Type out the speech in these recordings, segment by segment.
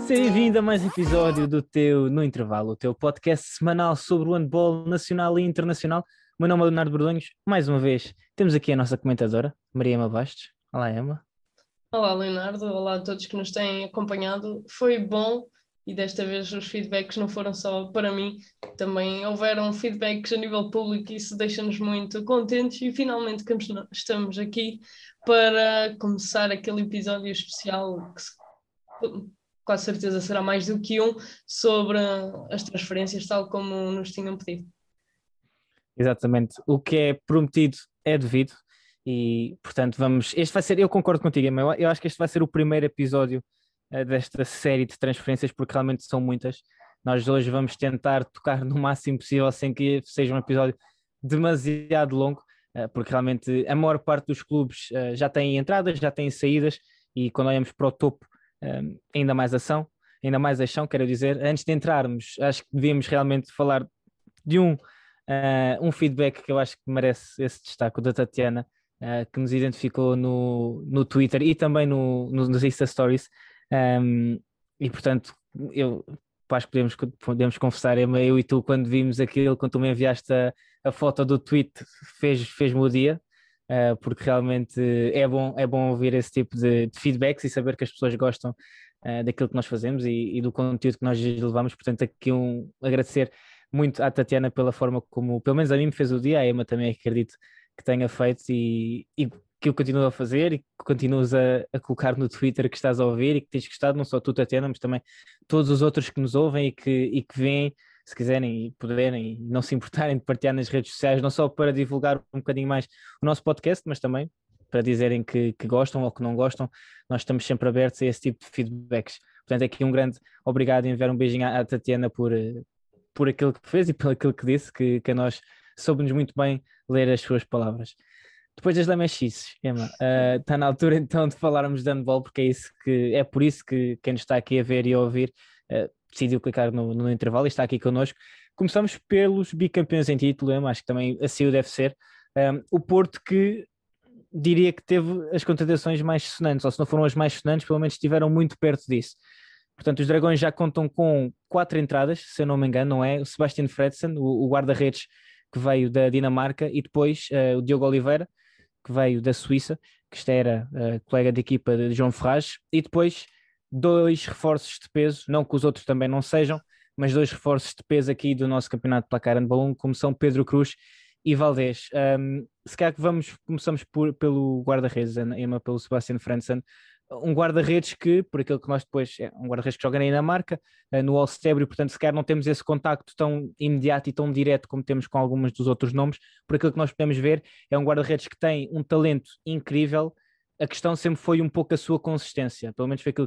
Seja bem-vindo a mais um episódio do teu No Intervalo, o teu podcast semanal sobre o handball nacional e internacional. O meu nome é Leonardo Bordonhos. Mais uma vez, temos aqui a nossa comentadora, Maria Emma Bastos. Olá, Emma. Olá, Leonardo. Olá a todos que nos têm acompanhado. Foi bom e desta vez os feedbacks não foram só para mim, também houveram feedbacks a nível público e isso deixa-nos muito contentes e finalmente estamos aqui para começar aquele episódio especial com a certeza será mais do que um sobre as transferências, tal como nos tinham pedido. Exatamente. O que é prometido é devido e, portanto, Este vai ser. Eu concordo contigo, Emma. Eu acho que este vai ser o primeiro episódio desta série de transferências, porque realmente são muitas. Nós hoje vamos tentar tocar no máximo possível sem que seja um episódio demasiado longo, porque realmente a maior parte dos clubes já têm entradas, já têm saídas, e quando olhamos para o topo, ainda mais ação, ainda mais ação, quero dizer. Antes de entrarmos, acho que devíamos realmente falar de um feedback que eu acho que merece esse destaque, o da Tatiana, que nos identificou no Twitter e também nos Insta Stories. E portanto, eu acho que podemos confessar, Emma, eu e tu, quando vimos aquilo, quando tu me enviaste a foto do tweet, fez-me o dia. Porque realmente é bom ouvir esse tipo de feedbacks e saber que as pessoas gostam daquilo que nós fazemos e do conteúdo que nós levamos. Portanto, aqui agradecer muito à Tatiana pela forma como, pelo menos a mim, me fez o dia. A Emma também acredito que tenha feito e que eu continuo a fazer e que continuas a colocar no Twitter que estás a ouvir e que tens gostado, não só tu, Tatiana, mas também todos os outros que nos ouvem e que veem, se quiserem e puderem, e não se importarem de partilhar nas redes sociais, não só para divulgar um bocadinho mais o nosso podcast, mas também para dizerem que gostam ou que não gostam. Nós estamos sempre abertos a esse tipo de feedbacks. Portanto, aqui um grande obrigado e enviar um beijinho à Tatiana por aquilo que fez e por aquilo que disse, que a nós soube-nos muito bem ler as suas palavras. Depois das lamechices, Emma, está na altura então de falarmos de handball, porque é por isso que quem nos está aqui a ver e a ouvir decidiu clicar no intervalo e está aqui connosco. Começamos pelos bicampeões em título, Emma, acho que também assim o deve ser. O Porto, que diria que teve as contratações mais sonantes, ou se não foram as mais sonantes, pelo menos estiveram muito perto disso. Portanto, os Dragões já contam com 4 entradas, se eu não me engano, não é? O Sebastian Fredsen, o guarda-redes que veio da Dinamarca, e depois o Diogo Oliveira, que veio da Suíça, que esta era colega de equipa de João Ferraz, e depois 2 reforços de peso, não que os outros também não sejam, mas 2 reforços de peso aqui do nosso campeonato de placar handball, como são Pedro Cruz e Valdés. Se calhar que começamos pelo guarda-redes, Emma, pelo Sebastian Fredsen, um guarda-redes que, por aquilo que nós depois, é um guarda-redes que joga na Dinamarca, no Olstebro, portanto, se calhar não temos esse contacto tão imediato e tão direto como temos com alguns dos outros nomes. Por aquilo que nós podemos ver, é um guarda-redes que tem um talento incrível. A questão sempre foi um pouco a sua consistência, pelo menos foi aquilo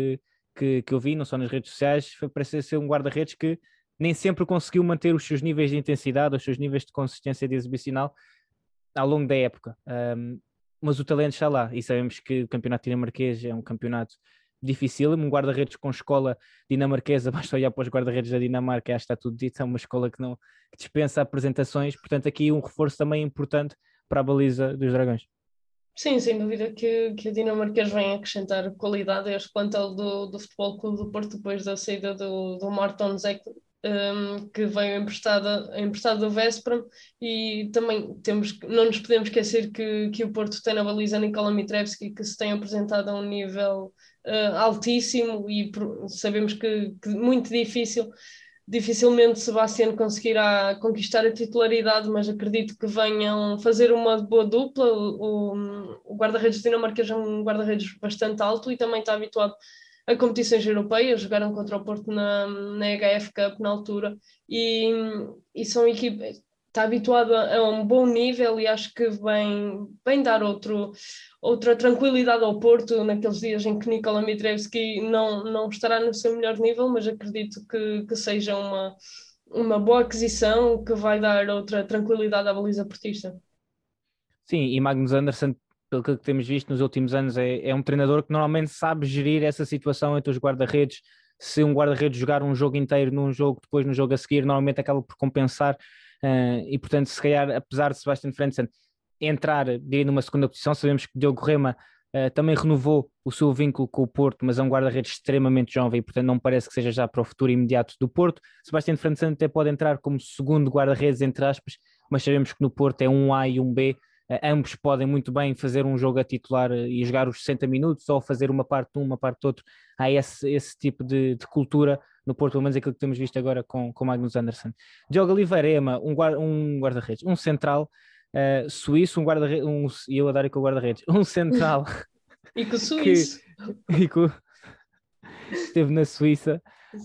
que eu vi, não só nas redes sociais, foi parecer ser um guarda-redes que nem sempre conseguiu manter os seus níveis de intensidade, os seus níveis de consistência de exibicional ao longo da época. Mas o talento está lá e sabemos que o campeonato dinamarquês é um campeonato difícil. Um guarda-redes com escola dinamarquesa, basta olhar para os guarda-redes da Dinamarca, acho que está tudo dito, é uma escola que dispensa apresentações, portanto aqui um reforço também importante para a baliza dos Dragões. Sim, sem dúvida que o dinamarquês vem acrescentar qualidade a este plantel do Futebol Clube do Porto depois da saída do Marton Zek, que veio emprestado do Veszprem, e também não nos podemos esquecer que o Porto tem na baliza Nikola Mitrevski, que se tem apresentado a um nível altíssimo e sabemos que muito difícil. Dificilmente Sebastião conseguirá conquistar a titularidade, mas acredito que venham fazer uma boa dupla. O guarda-redes dinamarquês é um guarda-redes bastante alto e também está habituado a competições europeias. Jogaram contra o Porto na HF Cup na altura e são equipas. Está habituado a um bom nível e acho que vem dar outra tranquilidade ao Porto naqueles dias em que Nikola Mitrevski não estará no seu melhor nível, mas acredito que seja uma boa aquisição que vai dar outra tranquilidade à baliza portista. Sim, e Magnus Andersson, pelo que temos visto nos últimos anos, é um treinador que normalmente sabe gerir essa situação entre os guarda-redes. Se um guarda-redes jogar um jogo inteiro num jogo, depois no jogo a seguir, normalmente acaba por compensar. E portanto, se calhar, apesar de Sebastian Frentzen entrar numa segunda posição, sabemos que Diogo Rema também renovou o seu vínculo com o Porto, mas é um guarda-redes extremamente jovem e, portanto, não parece que seja já para o futuro imediato do Porto. Sebastião Fernandes até pode entrar como segundo guarda-redes, entre aspas, mas sabemos que no Porto é um A e um B. Ambos podem muito bem fazer um jogo a titular e jogar os 60 minutos ou fazer uma parte de um, uma parte do outro. Há esse tipo de cultura no Porto, pelo menos aquilo que temos visto agora com Magnus Andersson. Diogo Oliveira é um guarda-redes, um central suíço, um guarda-redes, e eu a dar com o guarda-redes, um central E que o que, suíço. e que esteve na Suíça,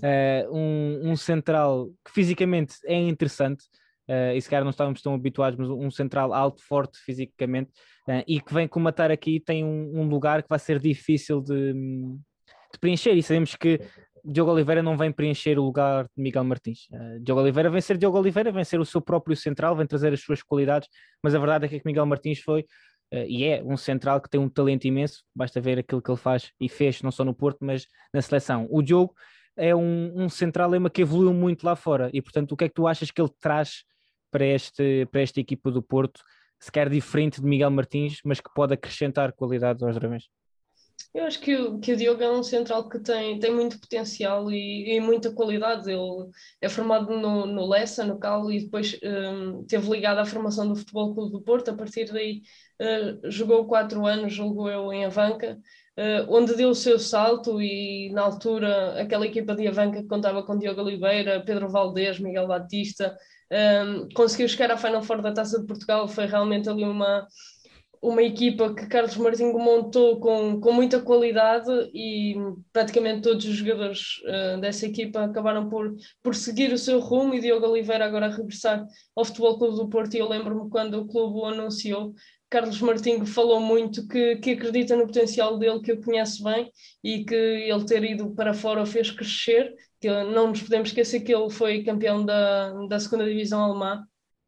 um central que fisicamente é interessante, e se calhar não estávamos tão habituados, mas um central alto, forte fisicamente, e que vem comatar aqui, tem um lugar que vai ser difícil de preencher, e sabemos que Diogo Oliveira não vem preencher o lugar de Miguel Martins. Diogo Oliveira vem ser Diogo Oliveira, vem ser o seu próprio central, vem trazer as suas qualidades, mas a verdade é que Miguel Martins foi e é um central que tem um talento imenso, basta ver aquilo que ele faz e fez, não só no Porto, mas na seleção. O Diogo é um central que evoluiu muito lá fora, e portanto o que é que tu achas que ele traz para esta equipa do Porto, se quer diferente de Miguel Martins, mas que pode acrescentar qualidade aos Dragões? Eu acho que o Diogo é um central que tem muito potencial e muita qualidade. Ele é formado no Lessa, no Cal, e depois teve ligado à formação do Futebol Clube do Porto. A partir daí jogou 4 anos, julgo eu, em Avanca, onde deu o seu salto e na altura aquela equipa de Avanca que contava com Diogo Oliveira, Pedro Valdés, Miguel Batista, conseguiu chegar à Final Four da Taça de Portugal. Foi realmente ali uma equipa que Carlos Martinho montou com muita qualidade e praticamente todos os jogadores dessa equipa acabaram por seguir o seu rumo, e Diogo Oliveira agora a regressar ao Futebol Clube do Porto. E eu lembro-me quando o clube o anunciou, Carlos Martinho falou muito que acredita no potencial dele, que o conhece bem, e que ele ter ido para fora o fez crescer, que não nos podemos esquecer que ele foi campeão da segunda divisão alemã,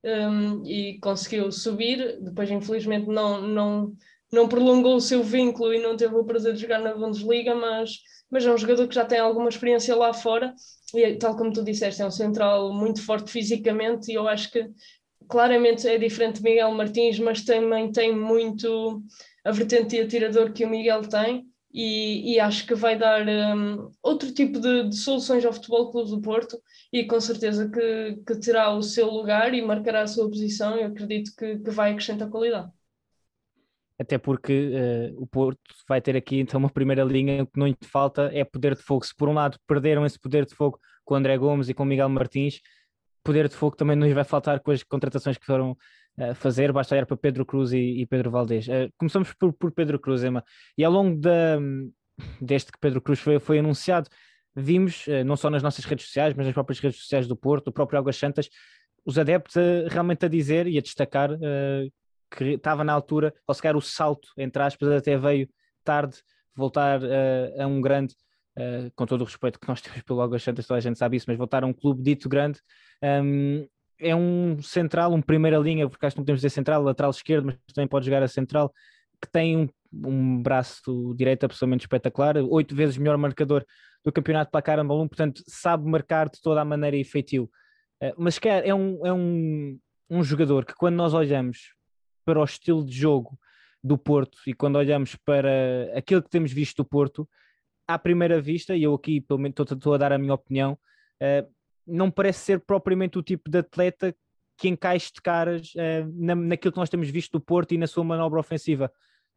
e conseguiu subir. Depois, infelizmente, não prolongou o seu vínculo e não teve o prazer de jogar na Bundesliga, mas é um jogador que já tem alguma experiência lá fora e, tal como tu disseste, é um central muito forte fisicamente, e eu acho que claramente é diferente de Miguel Martins, mas também tem muito a vertente de atirador que o Miguel tem. E acho que vai dar outro tipo de soluções ao Futebol Clube do Porto, e com certeza que terá o seu lugar e marcará a sua posição. Eu acredito que vai acrescentar qualidade. Até porque o Porto vai ter aqui então uma primeira linha, o que não lhe falta é poder de fogo. Se por um lado perderam esse poder de fogo com o André Gomes e com o Miguel Martins, poder de fogo também não lhe vai faltar com as contratações que foram fazer, basta olhar para Pedro Cruz e Pedro Valdés. Começamos por Pedro Cruz, Emma, e ao longo desde que Pedro Cruz foi anunciado, vimos, não só nas nossas redes sociais, mas nas próprias redes sociais do Porto, o próprio Águas Santas, os adeptos realmente a dizer e a destacar que estava na altura, ou sequer o salto, entre aspas, até veio tarde voltar a um grande, com todo o respeito que nós temos pelo Águas Santas, toda a gente sabe isso, mas voltar a um clube dito grande. É um central, um primeira linha, porque acho que não podemos dizer central, lateral esquerdo, mas também pode jogar a central, que tem um braço direito absolutamente espetacular, 8 vezes melhor marcador do campeonato para Carambalum, portanto sabe marcar de toda a maneira e feitio. Mas é um jogador que, quando nós olhamos para o estilo de jogo do Porto e quando olhamos para aquilo que temos visto do Porto, à primeira vista, e eu aqui pelo menos estou a dar a minha opinião, não parece ser propriamente o tipo de atleta que encaixe de caras naquilo que nós temos visto do Porto e na sua manobra ofensiva.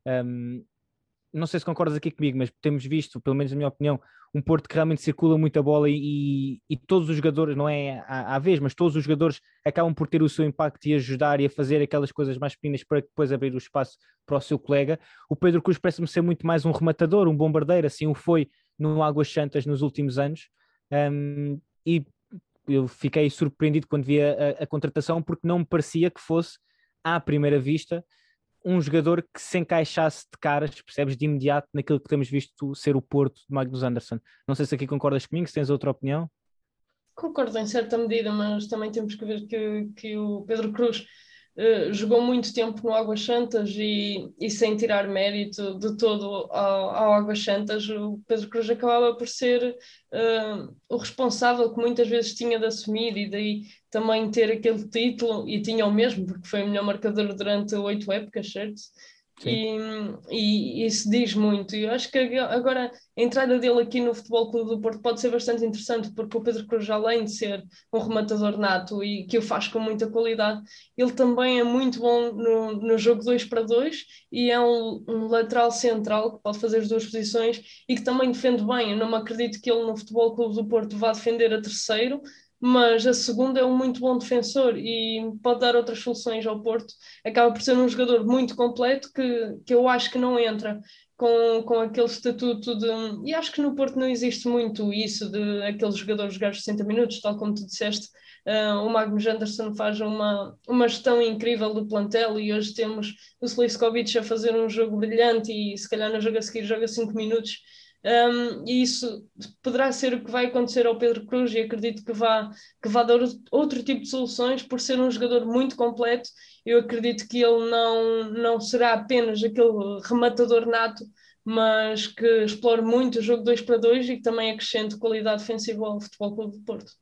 Não sei se concordas aqui comigo, mas temos visto, pelo menos na minha opinião, um Porto que realmente circula muita bola e todos os jogadores, não é à vez, mas todos os jogadores acabam por ter o seu impacto e ajudar e a fazer aquelas coisas mais pequenas para depois abrir o espaço para o seu colega. O Pedro Cruz parece-me ser muito mais um rematador, um bombardeiro, assim o foi no Águas Santas nos últimos anos. E eu fiquei surpreendido quando vi a contratação, porque não me parecia que fosse, à primeira vista, um jogador que se encaixasse de caras, percebes, de imediato naquilo que temos visto ser o Porto de Magnus Andersson. Não sei se aqui concordas comigo, se tens outra opinião. Concordo em certa medida, mas também temos que ver que o Pedro Cruz jogou muito tempo no Águas Santas, e sem tirar mérito de todo ao Águas Santas, o Pedro Cruz acabava por ser o responsável que muitas vezes tinha de assumir, e daí também ter aquele título, e tinha o mesmo, porque foi o melhor marcador durante 8 épocas, certo? Sim. E isso diz muito. E eu acho que agora a entrada dele aqui no Futebol Clube do Porto pode ser bastante interessante, porque o Pedro Cruz, além de ser um rematador nato e que o faz com muita qualidade, ele também é muito bom no jogo 2 para 2 e é um lateral central que pode fazer as duas posições e que também defende bem. Eu não me acredito que ele no Futebol Clube do Porto vá defender a terceiro, mas a segunda é um muito bom defensor e pode dar outras soluções ao Porto. Acaba por ser um jogador muito completo que eu acho que não entra com aquele estatuto de. E acho que no Porto não existe muito isso de aqueles jogadores jogar 60 minutos, tal como tu disseste. O Magnus Anderson faz uma gestão incrível do plantel e hoje temos o Sliskovic a fazer um jogo brilhante e se calhar no jogo a seguir joga 5 minutos. E isso poderá ser o que vai acontecer ao Pedro Cruz e acredito que vá dar outro tipo de soluções por ser um jogador muito completo. Eu acredito que ele não será apenas aquele rematador nato, mas que explore muito o jogo 2 para 2 e que também acrescente qualidade defensiva ao Futebol Clube do Porto.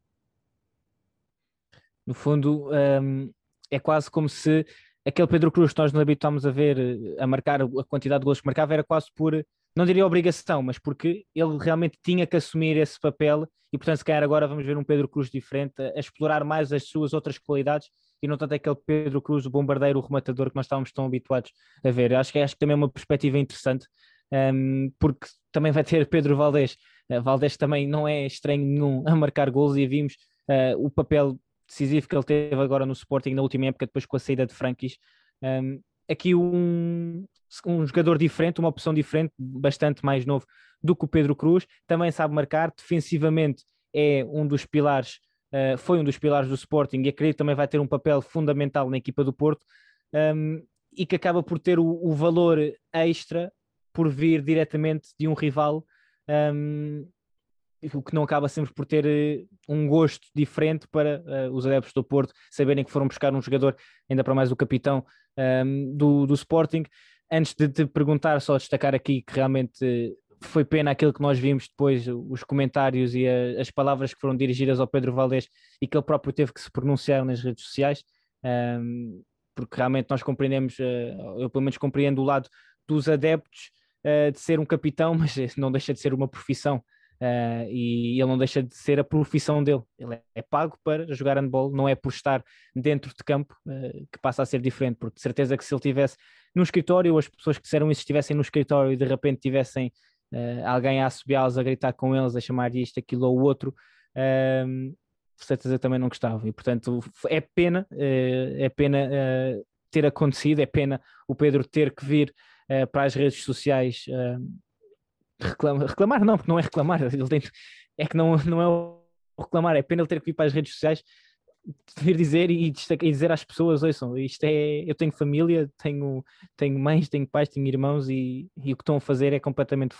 No fundo, é quase como se aquele Pedro Cruz que nós nos habituámos a ver a marcar a quantidade de gols que marcava era quase por, não diria obrigação, mas porque ele realmente tinha que assumir esse papel e, portanto, se calhar agora vamos ver um Pedro Cruz diferente, a explorar mais as suas outras qualidades e não tanto aquele Pedro Cruz, o bombardeiro, o rematador que nós estávamos tão habituados a ver. Acho que também é uma perspectiva interessante, porque também vai ter Pedro Valdés. Valdés também não é estranho nenhum a marcar gols e vimos o papel decisivo que ele teve agora no Sporting na última época, depois com a saída de Frankis. Aqui um jogador diferente, uma opção diferente, bastante mais novo do que o Pedro Cruz, também sabe marcar, defensivamente é um dos pilares, foi um dos pilares do Sporting e acredito que também vai ter um papel fundamental na equipa do Porto, e que acaba por ter o valor extra por vir diretamente de um rival, o que não acaba sempre por ter um gosto diferente para os adeptos do Porto saberem que foram buscar um jogador, ainda para mais o capitão do Sporting. Antes de te perguntar, só destacar aqui que realmente foi pena aquilo que nós vimos depois, os comentários e as palavras que foram dirigidas ao Pedro Valdés e que ele próprio teve que se pronunciar nas redes sociais, porque realmente nós compreendemos, eu pelo menos compreendo o lado dos adeptos de ser um capitão, mas não deixa de ser uma profissão. E ele não deixa de ser a profissão dele. Ele é pago para jogar handball, não é por estar dentro de campo que passa a ser diferente, porque de certeza que se ele estivesse no escritório, ou as pessoas que disseram isso estivessem no escritório e de repente tivessem alguém a assobiá-los, a gritar com eles, a chamar isto, aquilo ou outro, de certeza também não gostavam. E portanto é pena ter acontecido, é pena o Pedro ter que vir para as redes sociais reclamar não, porque não é reclamar, ele tem, é que não é o reclamar, é pena ele ter que vir para as redes sociais vir dizer e dizer às pessoas, ouçam, isto é, eu tenho família, tenho mães, tenho pais, tenho irmãos e o que estão a fazer é completamente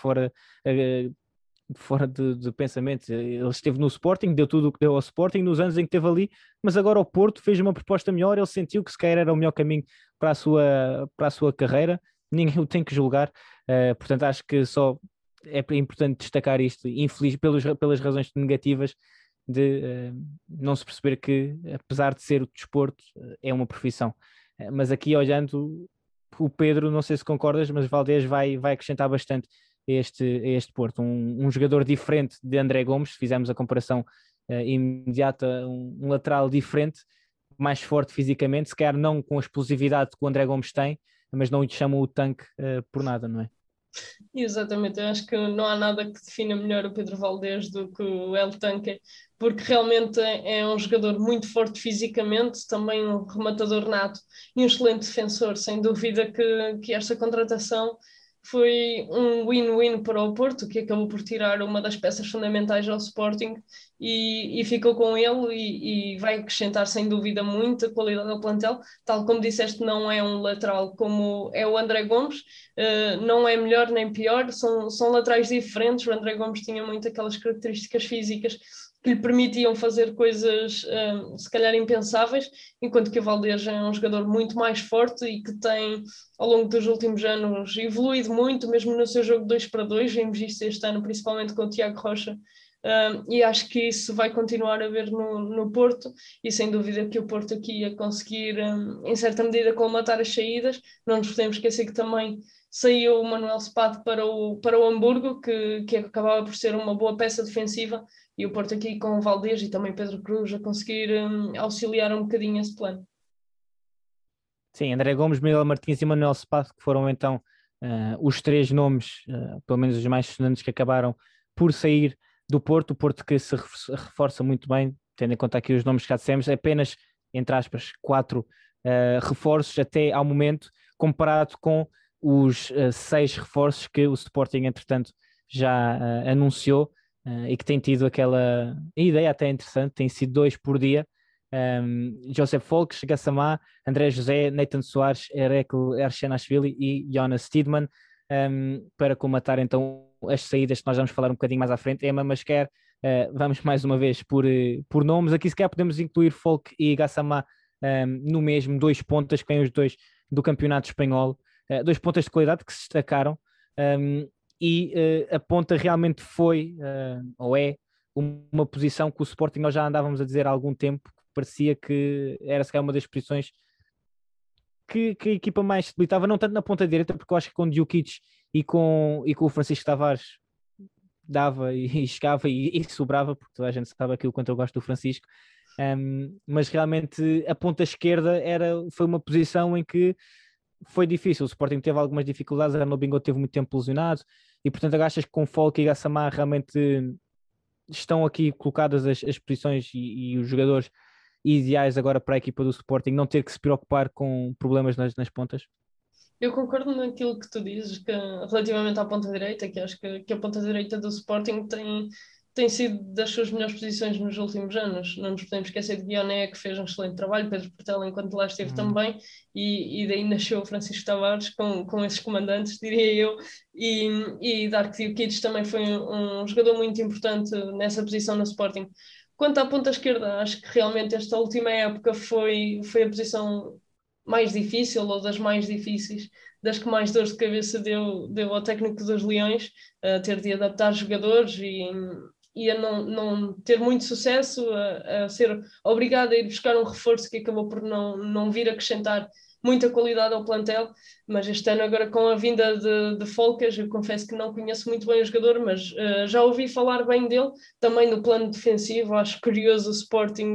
fora de pensamento. Ele esteve no Sporting, deu tudo o que deu ao Sporting nos anos em que esteve ali, mas agora o Porto fez uma proposta melhor, ele sentiu que se calhar era o melhor caminho para a sua carreira, ninguém o tem que julgar, portanto acho que só é importante destacar isto, infeliz pelas razões negativas de não se perceber que, apesar de ser o desporto, é uma profissão. Mas aqui olhando o Pedro, não sei se concordas, mas Valdés vai acrescentar bastante a este Porto. Um jogador diferente de André Gomes, se fizermos a comparação imediata, um lateral diferente, mais forte fisicamente, se calhar não com a explosividade que o André Gomes tem, mas não lhe chamam o tanque por nada, não é? Exatamente, eu acho que não há nada que defina melhor o Pedro Valdés do que o El Tanque, porque realmente é um jogador muito forte fisicamente, também um rematador nato e um excelente defensor. Sem dúvida que esta contratação foi um win-win para o Porto, que acabou por tirar uma das peças fundamentais ao Sporting e ficou com ele e vai acrescentar sem dúvida muita qualidade ao plantel. Tal como disseste, não é um lateral como é o André Gomes, não é melhor nem pior, são laterais diferentes. O André Gomes tinha muito aquelas características físicas que lhe permitiam fazer coisas se calhar impensáveis, enquanto que o Valdés é um jogador muito mais forte e que tem, ao longo dos últimos anos, evoluído muito, mesmo no seu jogo 2 para 2, vimos isto este ano, principalmente com o Tiago Rocha, e acho que isso vai continuar a ver no Porto, e sem dúvida que o Porto aqui ia conseguir, em certa medida, colmatar as saídas. Não nos podemos esquecer que também saiu o Manuel Spade para o Hamburgo, que acabava por ser uma boa peça defensiva, e o Porto aqui com o Valdés e também Pedro Cruz a conseguir auxiliar um bocadinho esse plano. Sim, André Gomes, Miguel Martins e Manuel Spade, que foram então os três nomes, pelo menos os mais sonantes, que acabaram por sair do Porto. O Porto que se reforça muito bem, tendo em conta aqui os nomes que já dissemos, apenas, entre aspas, 4 reforços até ao momento, comparado com os 6 reforços que o Sporting, entretanto, já anunciou, e que tem tido aquela ideia até interessante, tem sido 2 por dia. Joseph Folks, Gassama, André José, Nathan Soares, Erekel Erchenashvili e Jonas Steedman, para comatar então as saídas que nós vamos falar um bocadinho mais à frente. Emma, mas vamos mais uma vez por nomes. Aqui se calhar podemos incluir Folk e Gassama no mesmo, 2 pontas que vêm os dois do campeonato espanhol, 2 pontas de qualidade que se destacaram, e a ponta realmente foi, ou é, uma posição que o Sporting nós já andávamos a dizer há algum tempo, parecia que era se calhar uma das posições que a equipa mais se debilitava, não tanto na ponta direita, porque eu acho que com o Djukic e com o Francisco Tavares dava e chegava e sobrava, porque toda a gente sabe aquilo quanto eu gosto do Francisco, mas realmente a ponta esquerda foi uma posição em que foi difícil. O Sporting teve algumas dificuldades, a Bingo teve muito tempo lesionado, e portanto achas que com Folk e Gassama realmente estão aqui colocadas as posições e os jogadores ideais agora para a equipa do Sporting não ter que se preocupar com problemas nas pontas? Eu concordo naquilo que tu dizes, que relativamente à ponta direita, que acho que a ponta direita do Sporting tem sido das suas melhores posições nos últimos anos. Não nos podemos esquecer de Guioné, que fez um excelente trabalho, Pedro Portela, enquanto lá esteve também, e daí nasceu o Francisco Tavares com esses comandantes, diria eu, e Darko Djukic também foi um jogador muito importante nessa posição no Sporting. Quanto à ponta esquerda, acho que realmente esta última época foi a posição mais difícil, ou das mais difíceis, das que mais dores de cabeça deu ao técnico dos Leões, a ter de adaptar jogadores e a não ter muito sucesso, a ser obrigado a ir buscar um reforço que acabou por não vir acrescentar muita qualidade ao plantel. Mas este ano agora com a vinda de Folcas, eu confesso que não conheço muito bem o jogador, mas já ouvi falar bem dele, também no plano defensivo. Acho curioso o Sporting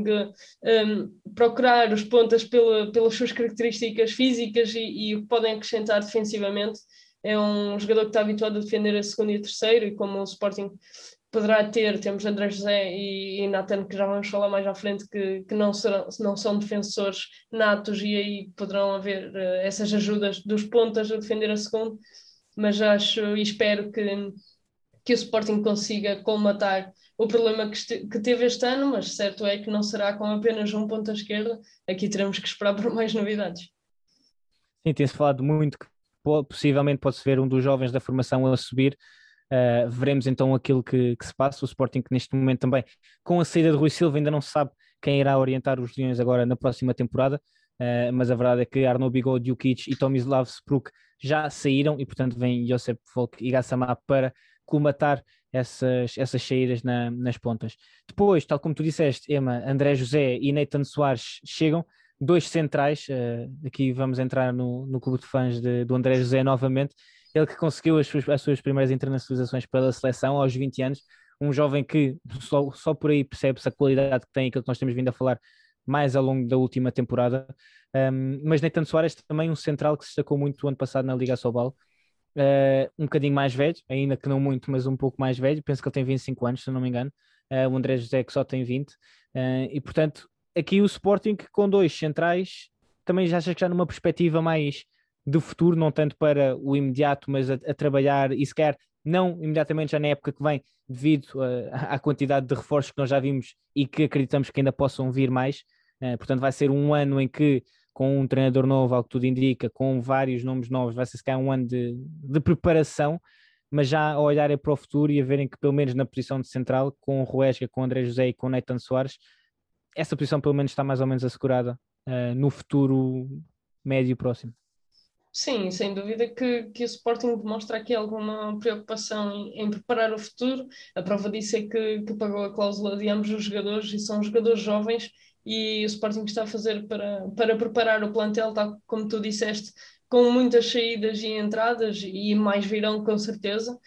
procurar os pontas pelas suas características físicas e o que podem acrescentar defensivamente. É um jogador que está habituado a defender a segundo e a terceiro, e como o Sporting poderá temos André José e Nathan, que já vamos falar mais à frente, que não são defensores natos, e aí poderão haver essas ajudas dos pontas a defender a segundo, mas acho e espero que o Sporting consiga colmatar o problema que teve este ano, mas certo é que não será com apenas um ponta esquerda. Aqui teremos que esperar por mais novidades. Sim, tem-se falado muito que possivelmente pode-se ver um dos jovens da formação a subir. Veremos então aquilo que se passa. O Sporting que neste momento também, com a saída de Rui Silva, ainda não se sabe quem irá orientar os Leões agora na próxima temporada, mas a verdade é que Arnaud Bigot, Djukic e Tomislav Spruk já saíram, e portanto vem Josep Folk e Gassama para colmatar essas saídas nas pontas. Depois, tal como tu disseste, Emma, André José e Nathan Soares chegam, 2 centrais. Aqui vamos entrar no clube de fãs do André José novamente. Ele que conseguiu as suas primeiras internacionalizações pela seleção aos 20 anos, um jovem que só por aí percebe-se a qualidade que tem, aquilo que nós temos vindo a falar mais ao longo da última temporada. Mas Nathan Soares também um central que se destacou muito o ano passado na Liga Sobal, um bocadinho mais velho, ainda que não muito, mas um pouco mais velho, penso que ele tem 25 anos, se não me engano, o André José que só tem 20, e portanto aqui o Sporting com 2 centrais também já acho que já numa perspectiva mais do futuro, não tanto para o imediato, mas a trabalhar, e sequer não imediatamente já na época que vem, devido à quantidade de reforços que nós já vimos e que acreditamos que ainda possam vir mais. Portanto vai ser um ano em que, com um treinador novo, ao que tudo indica, com vários nomes novos, vai ser se calhar um ano de preparação, mas já a olharem para o futuro e a verem que pelo menos na posição de central, com o Ruesga, com o André José e com o Nathan Soares, essa posição pelo menos está mais ou menos assegurada no futuro médio próximo. Sim, sem dúvida que o Sporting demonstra aqui alguma preocupação em preparar o futuro. A prova disso é que pagou a cláusula de ambos os jogadores e são jogadores jovens e o Sporting está a fazer para preparar o plantel, tal como tu disseste, com muitas saídas e entradas e mais virão com certeza.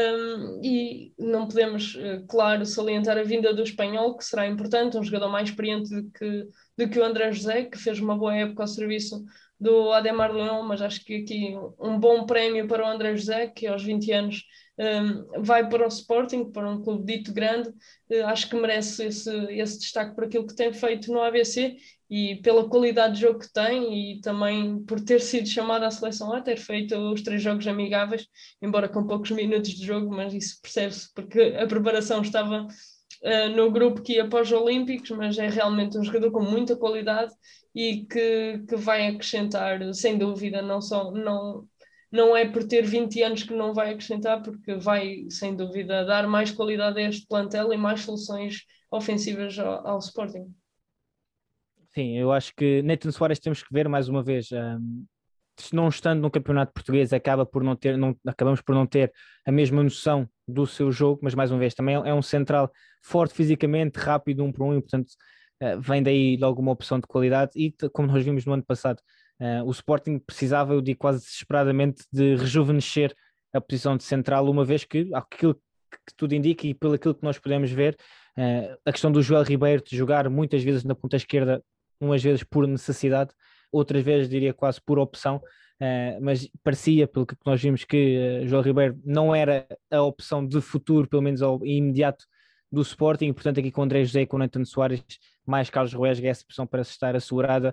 E não podemos, claro, salientar a vinda do espanhol, que será importante, um jogador mais experiente do que o André José, que fez uma boa época ao serviço do Ademar Leão, mas acho que aqui um bom prémio para o André José, que aos 20 anos vai para o Sporting, para um clube dito grande. Acho que merece esse destaque por aquilo que tem feito no ABC e pela qualidade de jogo que tem e também por ter sido chamado à seleção A, ter feito os 3 jogos amigáveis, embora com poucos minutos de jogo, mas isso percebe-se porque a preparação estava no grupo que ia para os Olímpicos, mas é realmente um jogador com muita qualidade e que vai acrescentar, sem dúvida, não é por ter 20 anos que não vai acrescentar, porque vai, sem dúvida, dar mais qualidade a este plantel e mais soluções ofensivas ao Sporting. Sim, eu acho que Nathan Soares temos que ver mais uma vez. Se não estando no campeonato português, acabamos por não ter a mesma noção do seu jogo, mas mais uma vez também é um central forte fisicamente, rápido, um por um, e portanto vem daí logo uma opção de qualidade. E como nós vimos no ano passado, o Sporting precisava, eu digo quase desesperadamente, de rejuvenescer a posição de central, uma vez que aquilo que tudo indica e pelo aquilo que nós podemos ver, a questão do Joel Ribeiro de jogar muitas vezes na ponta esquerda, umas vezes por necessidade, outras vezes diria quase por opção, mas parecia, pelo que nós vimos, que João Ribeiro não era a opção de futuro, pelo menos ao imediato, do Sporting, portanto aqui com André José e com Nathan Soares, mais Carlos Ruesga, essa opção parece estar assegurada.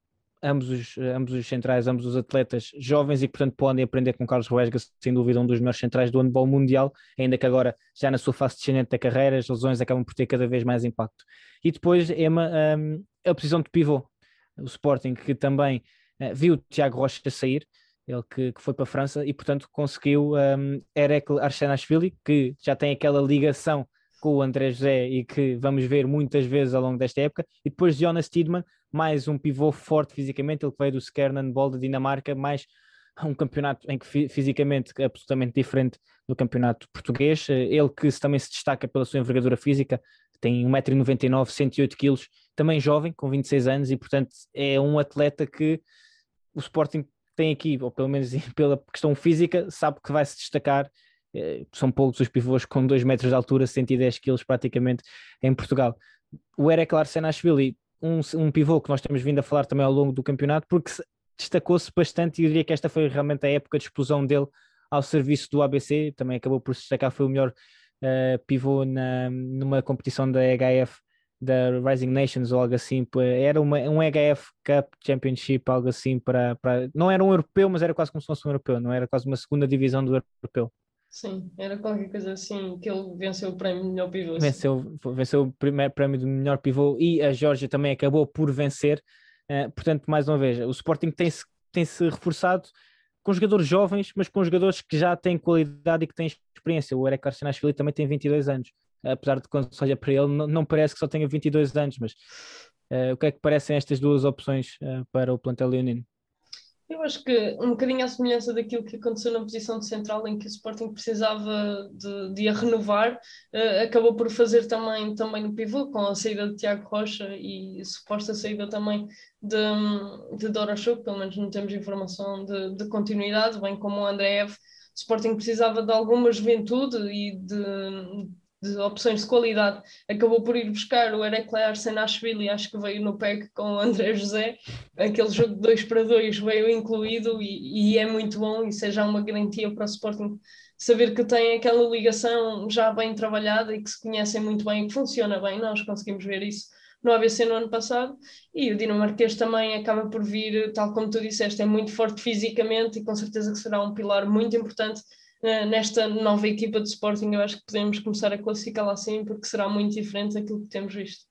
Ambos os centrais, ambos os atletas jovens e que portanto podem aprender com Carlos Ruesga, sem dúvida um dos melhores centrais do handball mundial, ainda que agora já na sua fase descendente da carreira as lesões acabam por ter cada vez mais impacto. E depois, Emma, a posição de pivô, o Sporting, que também viu o Tiago Rocha sair, ele que foi para a França e, portanto, conseguiu Erekle Arsenashvili, que já tem aquela ligação com o André José e que vamos ver muitas vezes ao longo desta época, e depois Jonas Tidman, mais um pivô forte fisicamente, ele que veio do Skjern Ball da Dinamarca, mais um campeonato em que fisicamente é absolutamente diferente do campeonato português, ele que também se destaca pela sua envergadura física, tem 1,99 m, 108 kg, também jovem, com 26 anos, e portanto é um atleta que o Sporting tem aqui, ou pelo menos pela questão física, sabe que vai se destacar. São poucos os pivôs com 2 metros de altura, 110 quilos praticamente em Portugal. O Erekle Arsenashvili, um pivô que nós temos vindo a falar também ao longo do campeonato, porque destacou-se bastante e eu diria que esta foi realmente a época de explosão dele ao serviço do ABC, também acabou por se destacar, foi o melhor pivô numa competição da EHF, da Rising Nations ou algo assim, era um EHF Cup Championship, algo assim, não era um europeu, mas era quase como se fosse um europeu, não era quase uma segunda divisão do europeu. Sim, era qualquer coisa assim que ele venceu o prémio de melhor pivô. Venceu o primeiro prémio do melhor pivô e a Geórgia também acabou por vencer. Portanto, mais uma vez, o Sporting tem-se reforçado com jogadores jovens, mas com jogadores que já têm qualidade e que têm experiência. O Erekle Arsenashvili também tem 22 anos, apesar de quando se olha para ele, não parece que só tenha 22 anos, mas o que é que parecem estas duas opções para o plantel leonino? Eu acho que um bocadinho à semelhança daquilo que aconteceu na posição de central, em que o Sporting precisava de a renovar, acabou por fazer também no pivô, com a saída de Tiago Rocha e a suposta saída também de Dorochuk, pelo menos não temos informação de continuidade, bem como o André F. O Sporting precisava de alguma juventude e de opções de qualidade, acabou por ir buscar o Erekle Arsenashvili, acho que veio no PEC com o André José, aquele jogo de 2-2 veio incluído e é muito bom, isso é já uma garantia para o Sporting saber que tem aquela ligação já bem trabalhada e que se conhecem muito bem e que funciona bem, nós conseguimos ver isso no ABC no ano passado, e o dinamarquês também acaba por vir, tal como tu disseste, é muito forte fisicamente e com certeza que será um pilar muito importante nesta nova equipa de Sporting. Eu acho que podemos começar a classificá-la assim, porque será muito diferente daquilo que temos visto.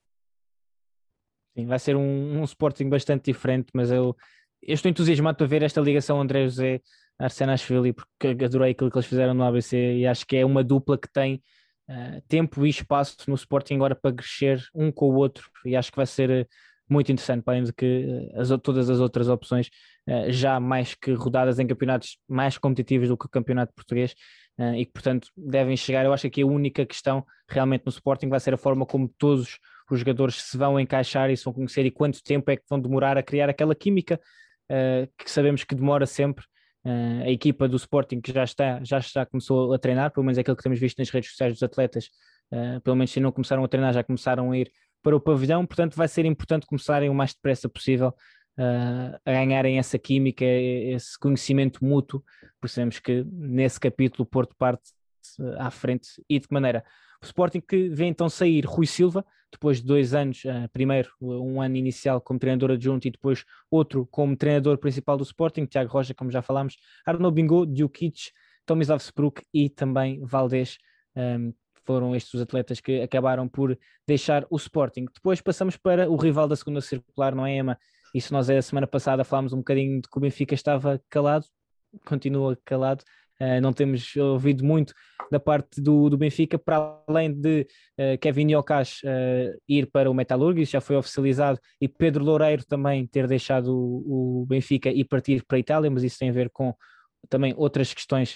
Sim, vai ser um Sporting bastante diferente, mas eu estou entusiasmado para ver esta ligação André José Arsenashvili, porque adorei aquilo que eles fizeram no ABC e acho que é uma dupla que tem tempo e espaço no Sporting agora para crescer um com o outro, e acho que vai ser muito interessante, para além de que todas as outras opções já mais que rodadas em campeonatos mais competitivos do que o campeonato português, e que portanto devem chegar. Eu acho que aqui a única questão realmente no Sporting vai ser a forma como todos os jogadores se vão encaixar e se vão conhecer e quanto tempo é que vão demorar a criar aquela química que sabemos que demora sempre. A equipa do Sporting que já começou a treinar, pelo menos é aquilo que temos visto nas redes sociais dos atletas, pelo menos se não começaram a treinar, já começaram a ir para o pavilhão, portanto vai ser importante começarem o mais depressa possível a ganharem essa química, esse conhecimento mútuo, porque sabemos que nesse capítulo o Porto parte à frente. E de que maneira? O Sporting que vê então sair Rui Silva, depois de 2 anos, primeiro um ano inicial como treinador adjunto e depois outro como treinador principal do Sporting, Tiago Rocha, como já falámos, Arnaud Bingot, Djukic, Tomislav Spruk e também Valdés. Foram estes os atletas que acabaram por deixar o Sporting. Depois passamos para o rival da segunda circular, não é, Emma? Isso nós a semana passada falámos um bocadinho de que o Benfica estava calado, continua calado. Não temos ouvido muito da parte do Benfica, para além de Kevin Llocas ir para o Metalurg, isso já foi oficializado, e Pedro Loureiro também ter deixado o Benfica e partir para a Itália, mas isso tem a ver com também outras questões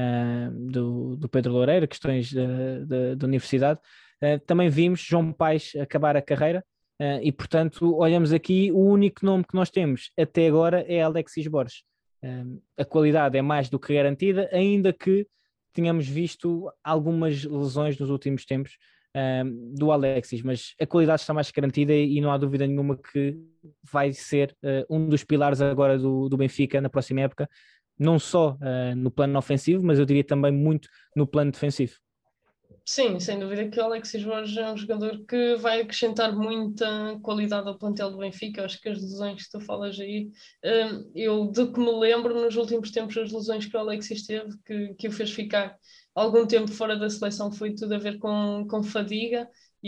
do Pedro Loureiro, questões da universidade. Também vimos João Paes acabar a carreira, e portanto olhamos aqui, o único nome que nós temos até agora é Alexis Borges. A qualidade é mais do que garantida, ainda que tenhamos visto algumas lesões nos últimos tempos do Alexis, mas a qualidade está mais garantida e não há dúvida nenhuma que vai ser um dos pilares agora do Benfica na próxima época, não só no plano ofensivo, mas eu diria também muito no plano defensivo. Sim, sem dúvida que o Alexis Borges é um jogador que vai acrescentar muita qualidade ao plantel do Benfica. Eu acho que as lesões que tu falas aí, eu de que me lembro nos últimos tempos, as lesões que o Alexis teve, que o fez ficar algum tempo fora da seleção, foi tudo a ver com fadiga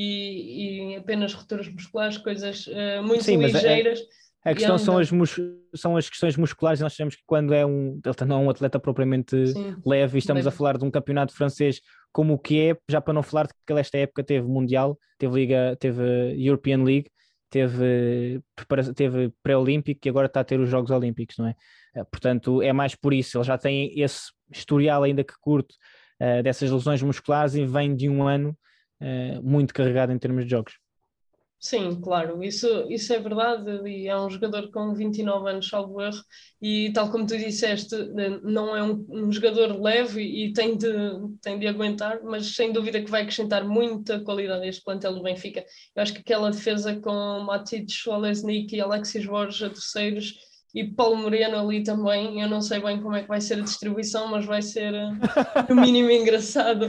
e apenas rupturas musculares, coisas muito Sim, mas ligeiras. a questão são as questões musculares. Nós sabemos que quando ele não é um atleta propriamente Sim, leve, e estamos a falar de um campeonato francês como o que é, já para não falar de que ele esta época teve Mundial, teve Liga, teve European League, teve pré-olímpico e agora está a ter os Jogos Olímpicos, não é? Portanto, é mais por isso, ele já tem esse historial ainda que curto dessas lesões musculares e vem de um ano muito carregado em termos de jogos. Sim, claro, isso é verdade, e é um jogador com 29 anos, salvo erro, e tal como tu disseste, não é um jogador leve e tem de aguentar, mas sem dúvida que vai acrescentar muita qualidade a este plantel do Benfica. Eu acho que aquela defesa com Matic, Olesnik e Alexis Borges a terceiros, e Paulo Moreno ali também, eu não sei bem como é que vai ser a distribuição, mas vai ser no mínimo engraçado.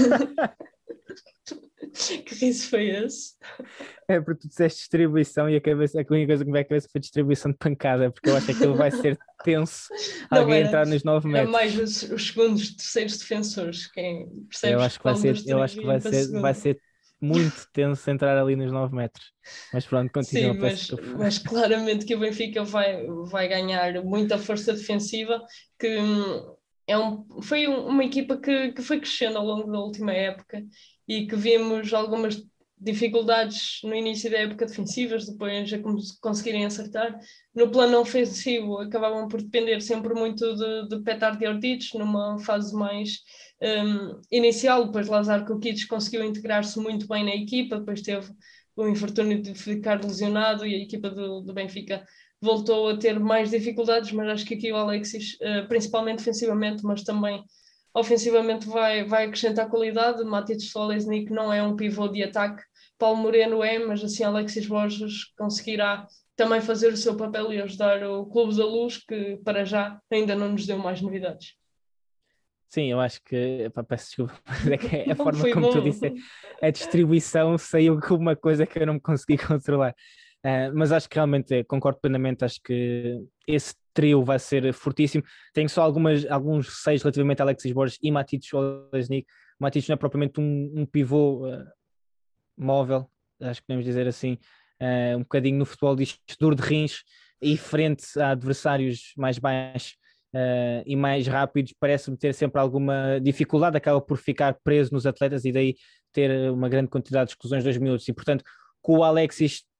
Que riso foi esse? É porque tu disseste distribuição e a única coisa que me veio à cabeça foi distribuição de pancada, porque eu acho que aquilo vai ser tenso alguém entrar nos 9 era metros. mais os segundos, terceiros defensores, quem percebe Eu acho que vai ser muito tenso entrar ali nos 9 metros. Mas pronto, continua. Sim, mas claramente que o Benfica vai ganhar muita força defensiva, que foi uma equipa que foi crescendo ao longo da última época e que vimos algumas dificuldades no início da época defensivas, depois já conseguirem acertar. No plano ofensivo acabavam por depender sempre muito de Petar de Ortiz, numa fase mais inicial, depois Lazar Kukic conseguiu integrar-se muito bem na equipa, depois teve o infortúnio de ficar lesionado e a equipa do Benfica voltou a ter mais dificuldades, mas acho que aqui o Alexis, principalmente defensivamente, mas também ofensivamente vai acrescentar qualidade. Matic Solesnik não é um pivô de ataque, Paulo Moreno é, mas assim Alexis Borges conseguirá também fazer o seu papel e ajudar o Clube da Luz, que para já ainda não nos deu mais novidades. Sim, eu acho que, peço desculpa, mas é que a forma como bom. tu disse, a distribuição saiu com uma coisa que eu não me consegui controlar. Mas acho que realmente concordo plenamente, acho que esse trio vai ser fortíssimo. Tenho só alguns receios relativamente a Alexis Borges e Matic Olesnik. Matic não é propriamente um pivô móvel, acho que podemos dizer assim, um bocadinho no futebol diz duro de rins e frente a adversários mais baixos e mais rápidos, parece-me ter sempre alguma dificuldade, acaba por ficar preso nos atletas e daí ter uma grande quantidade de exclusões de 2 minutos. E portanto, com o Alexis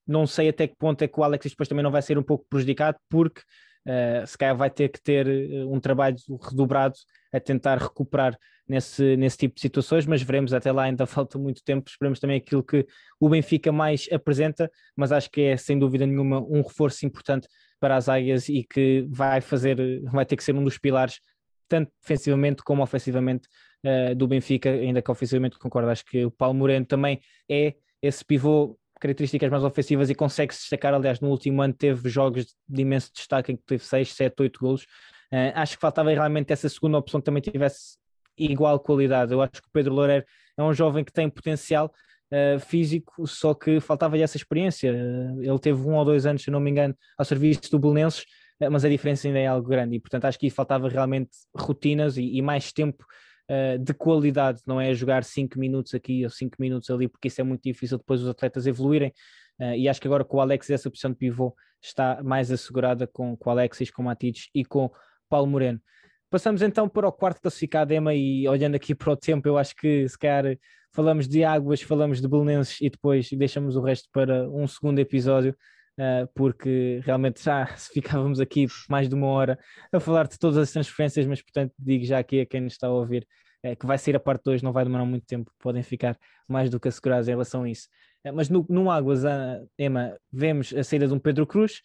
não sei até que ponto é que o Alexis depois também não vai ser um pouco prejudicado, porque se calhar vai ter que ter um trabalho redobrado a tentar recuperar nesse tipo de situações, mas veremos, até lá ainda falta muito tempo, esperemos também aquilo que o Benfica mais apresenta, mas acho que é sem dúvida nenhuma um reforço importante para as Águias e que vai ter que ser um dos pilares, tanto defensivamente como ofensivamente, do Benfica, ainda que ofensivamente concordo, acho que o Paulo Moreno também é esse pivô, características mais ofensivas e consegue se destacar. Aliás, no último ano teve jogos de imenso destaque em que teve 6, 7, 8 golos. Acho que faltava realmente essa segunda opção que também tivesse igual qualidade. Eu acho que o Pedro Loureiro é um jovem que tem potencial físico, só que faltava-lhe essa experiência. Ele teve 1 ou 2 anos, se não me engano, ao serviço do Belenenses, mas a diferença ainda é algo grande e, portanto, acho que faltava realmente rotinas e mais tempo de qualidade, não é jogar 5 minutos aqui ou 5 minutos ali, porque isso é muito difícil depois os atletas evoluírem. E acho que agora com o Alexis essa posição de pivô está mais assegurada com o Alexis, com o Matites e com Paulo Moreno. Passamos então para o quarto classificado, Ema, e olhando aqui para o tempo, eu acho que se calhar falamos de Águas, falamos de Belenenses e depois deixamos o resto para um segundo episódio, porque realmente já se ficávamos aqui mais de 1 hora a falar de todas as transferências, mas portanto digo já aqui a quem nos está a ouvir que vai sair a parte 2, não vai demorar muito tempo, podem ficar mais do que assegurados em relação a isso. Mas no Águas, Ema, vemos a saída de um Pedro Cruz,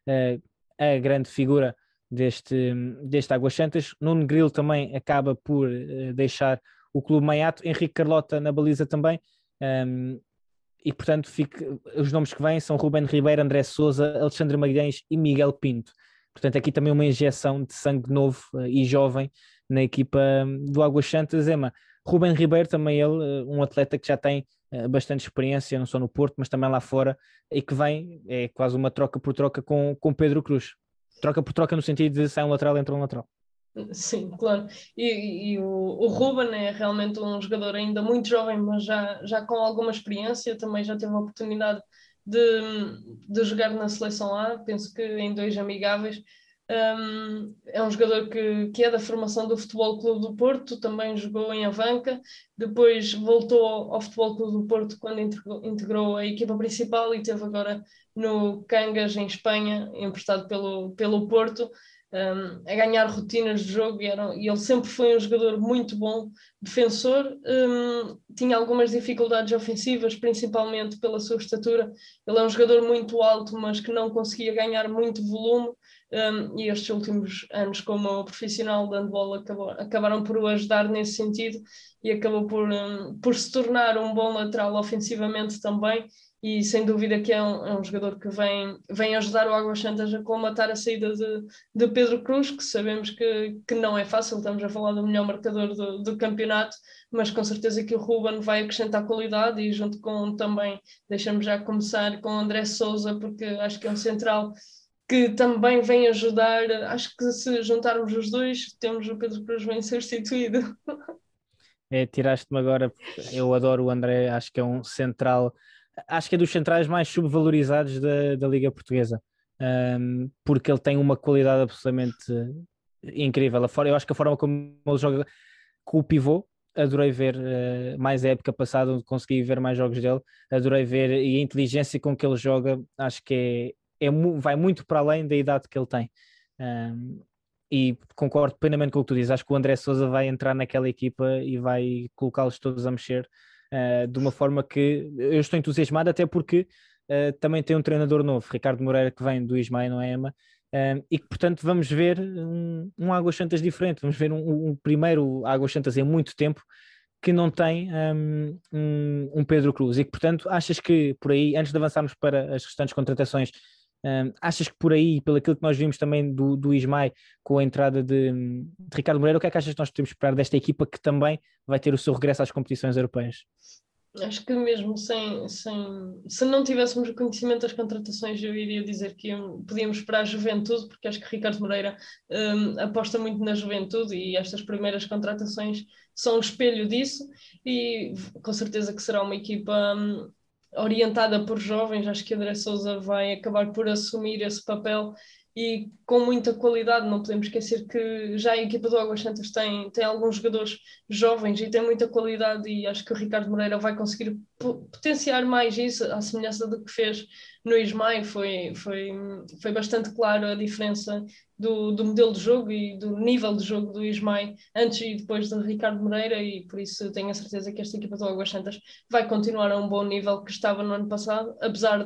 a grande figura deste Águas Santas. Nuno Grilo também acaba por deixar o Clube Maiato, Henrique Carlota na baliza também, e portanto os nomes que vêm são Ruben Ribeiro, André Sousa, Alexandre Magalhães e Miguel Pinto. Portanto, aqui também uma injeção de sangue novo e jovem na equipa do Águas Santas. Ema, Ruben Ribeiro também ele, um atleta que já tem bastante experiência, não só no Porto, mas também lá fora, e que vem, é quase uma troca por troca com Pedro Cruz. Troca por troca no sentido de sai um lateral, entra um lateral. Sim, claro. O Ruben é realmente um jogador ainda muito jovem, mas já com alguma experiência. Também já teve a oportunidade de jogar na seleção A, penso que em 2 amigáveis. É um jogador que é da formação do Futebol Clube do Porto, também jogou em Avanca, depois voltou ao Futebol Clube do Porto quando integrou a equipa principal e teve agora no Cangas, em Espanha, emprestado pelo Porto. A ganhar rotinas de jogo e ele sempre foi um jogador muito bom, defensor, tinha algumas dificuldades ofensivas, principalmente pela sua estatura. Ele é um jogador muito alto, mas que não conseguia ganhar muito volume, e estes últimos anos como profissional de handball acabaram por o ajudar nesse sentido e acabou por se tornar um bom lateral ofensivamente também. E sem dúvida que é um jogador que vem ajudar o Águas Santas a colmatar a saída de Pedro Cruz, que sabemos que não é fácil. Estamos a falar do melhor marcador do campeonato, mas com certeza que o Ruben vai acrescentar qualidade e junto com também, deixamos já começar com o André Sousa, porque acho que é um central que também vem ajudar. Acho que se juntarmos os dois, temos o Pedro Cruz bem substituído. Tiraste-me agora, eu adoro o André, acho que é um central, acho que é dos centrais mais subvalorizados da Liga Portuguesa, porque ele tem uma qualidade absolutamente incrível. Eu acho que a forma como ele joga com o pivô, adorei ver mais a época passada, onde consegui ver mais jogos dele, adorei ver, e a inteligência com que ele joga, acho que vai muito para além da idade que ele tem. E concordo plenamente com o que tu dizes. Acho que o André Sousa vai entrar naquela equipa e vai colocá-los todos a mexer de uma forma que eu estou entusiasmado, até porque também tem um treinador novo, Ricardo Moreira, que vem do Ismael, não é, Ema? E que, portanto, vamos ver um Águas Santas diferente. Vamos ver um primeiro Águas Santas em muito tempo que não tem um Pedro Cruz. E que, portanto, achas que por aí, antes de avançarmos para as restantes contratações, achas que por aí, pelo aquilo que nós vimos também do Ismael, com a entrada de Ricardo Moreira, o que é que achas que nós temos que esperar desta equipa que também vai ter o seu regresso às competições europeias? Acho que mesmo se não tivéssemos o conhecimento das contratações, eu iria dizer que podíamos esperar a juventude, porque acho que Ricardo Moreira aposta muito na juventude e estas primeiras contratações são um espelho disso e com certeza que será uma equipa orientada por jovens. Acho que André Sousa vai acabar por assumir esse papel e com muita qualidade. Não podemos esquecer que já a equipa do Águas Santas tem alguns jogadores jovens e tem muita qualidade, e acho que o Ricardo Moreira vai conseguir potenciar mais isso, à semelhança do que fez no Ismael. Foi bastante claro a diferença do modelo de jogo e do nível de jogo do Ismael antes e depois do Ricardo Moreira, e por isso tenho a certeza que esta equipa do Águas Santas vai continuar a um bom nível que estava no ano passado, apesar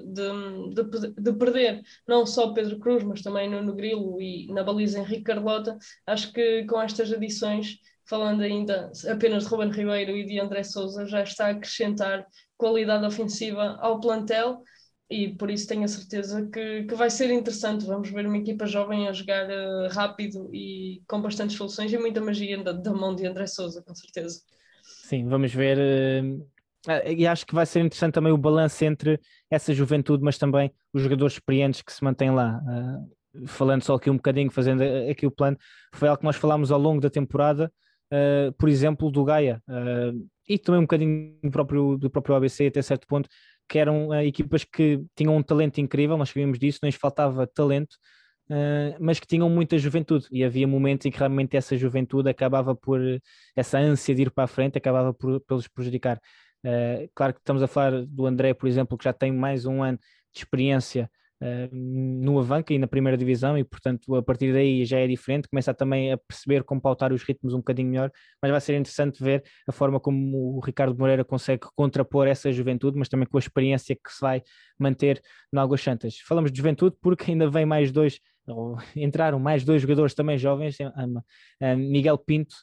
de perder não só Pedro Cruz, mas também Nuno Grilo e na baliza Henrique Carlota. Acho que com estas adições, falando ainda apenas de Ruben Ribeiro e de André Sousa, já está a acrescentar qualidade ofensiva ao plantel, e por isso tenho a certeza que vai ser interessante. Vamos ver uma equipa jovem a jogar rápido e com bastantes soluções e muita magia da mão de André Sousa, com certeza. Sim, vamos ver. E acho que vai ser interessante também o balanço entre essa juventude, mas também os jogadores experientes que se mantêm lá. Falando só aqui um bocadinho, fazendo aqui o plano, foi algo que nós falámos ao longo da temporada, por exemplo, do Gaia, e também um bocadinho do próprio ABC até certo ponto, que eram equipas que tinham um talento incrível, nós sabíamos disso, não lhes faltava talento, mas que tinham muita juventude, e havia momentos em que realmente essa juventude acabava por, essa ânsia de ir para a frente, acabava por os prejudicar. Claro que estamos a falar do André, por exemplo, que já tem mais um ano de experiência no Avanca e na primeira divisão, e portanto a partir daí já é diferente, começa também a perceber como pautar os ritmos um bocadinho melhor, mas vai ser interessante ver a forma como o Ricardo Moreira consegue contrapor essa juventude, mas também com a experiência que se vai manter no Águas Santas. Falamos de juventude porque ainda vem mais dois, ou entraram mais dois jogadores também jovens, Miguel Pinto,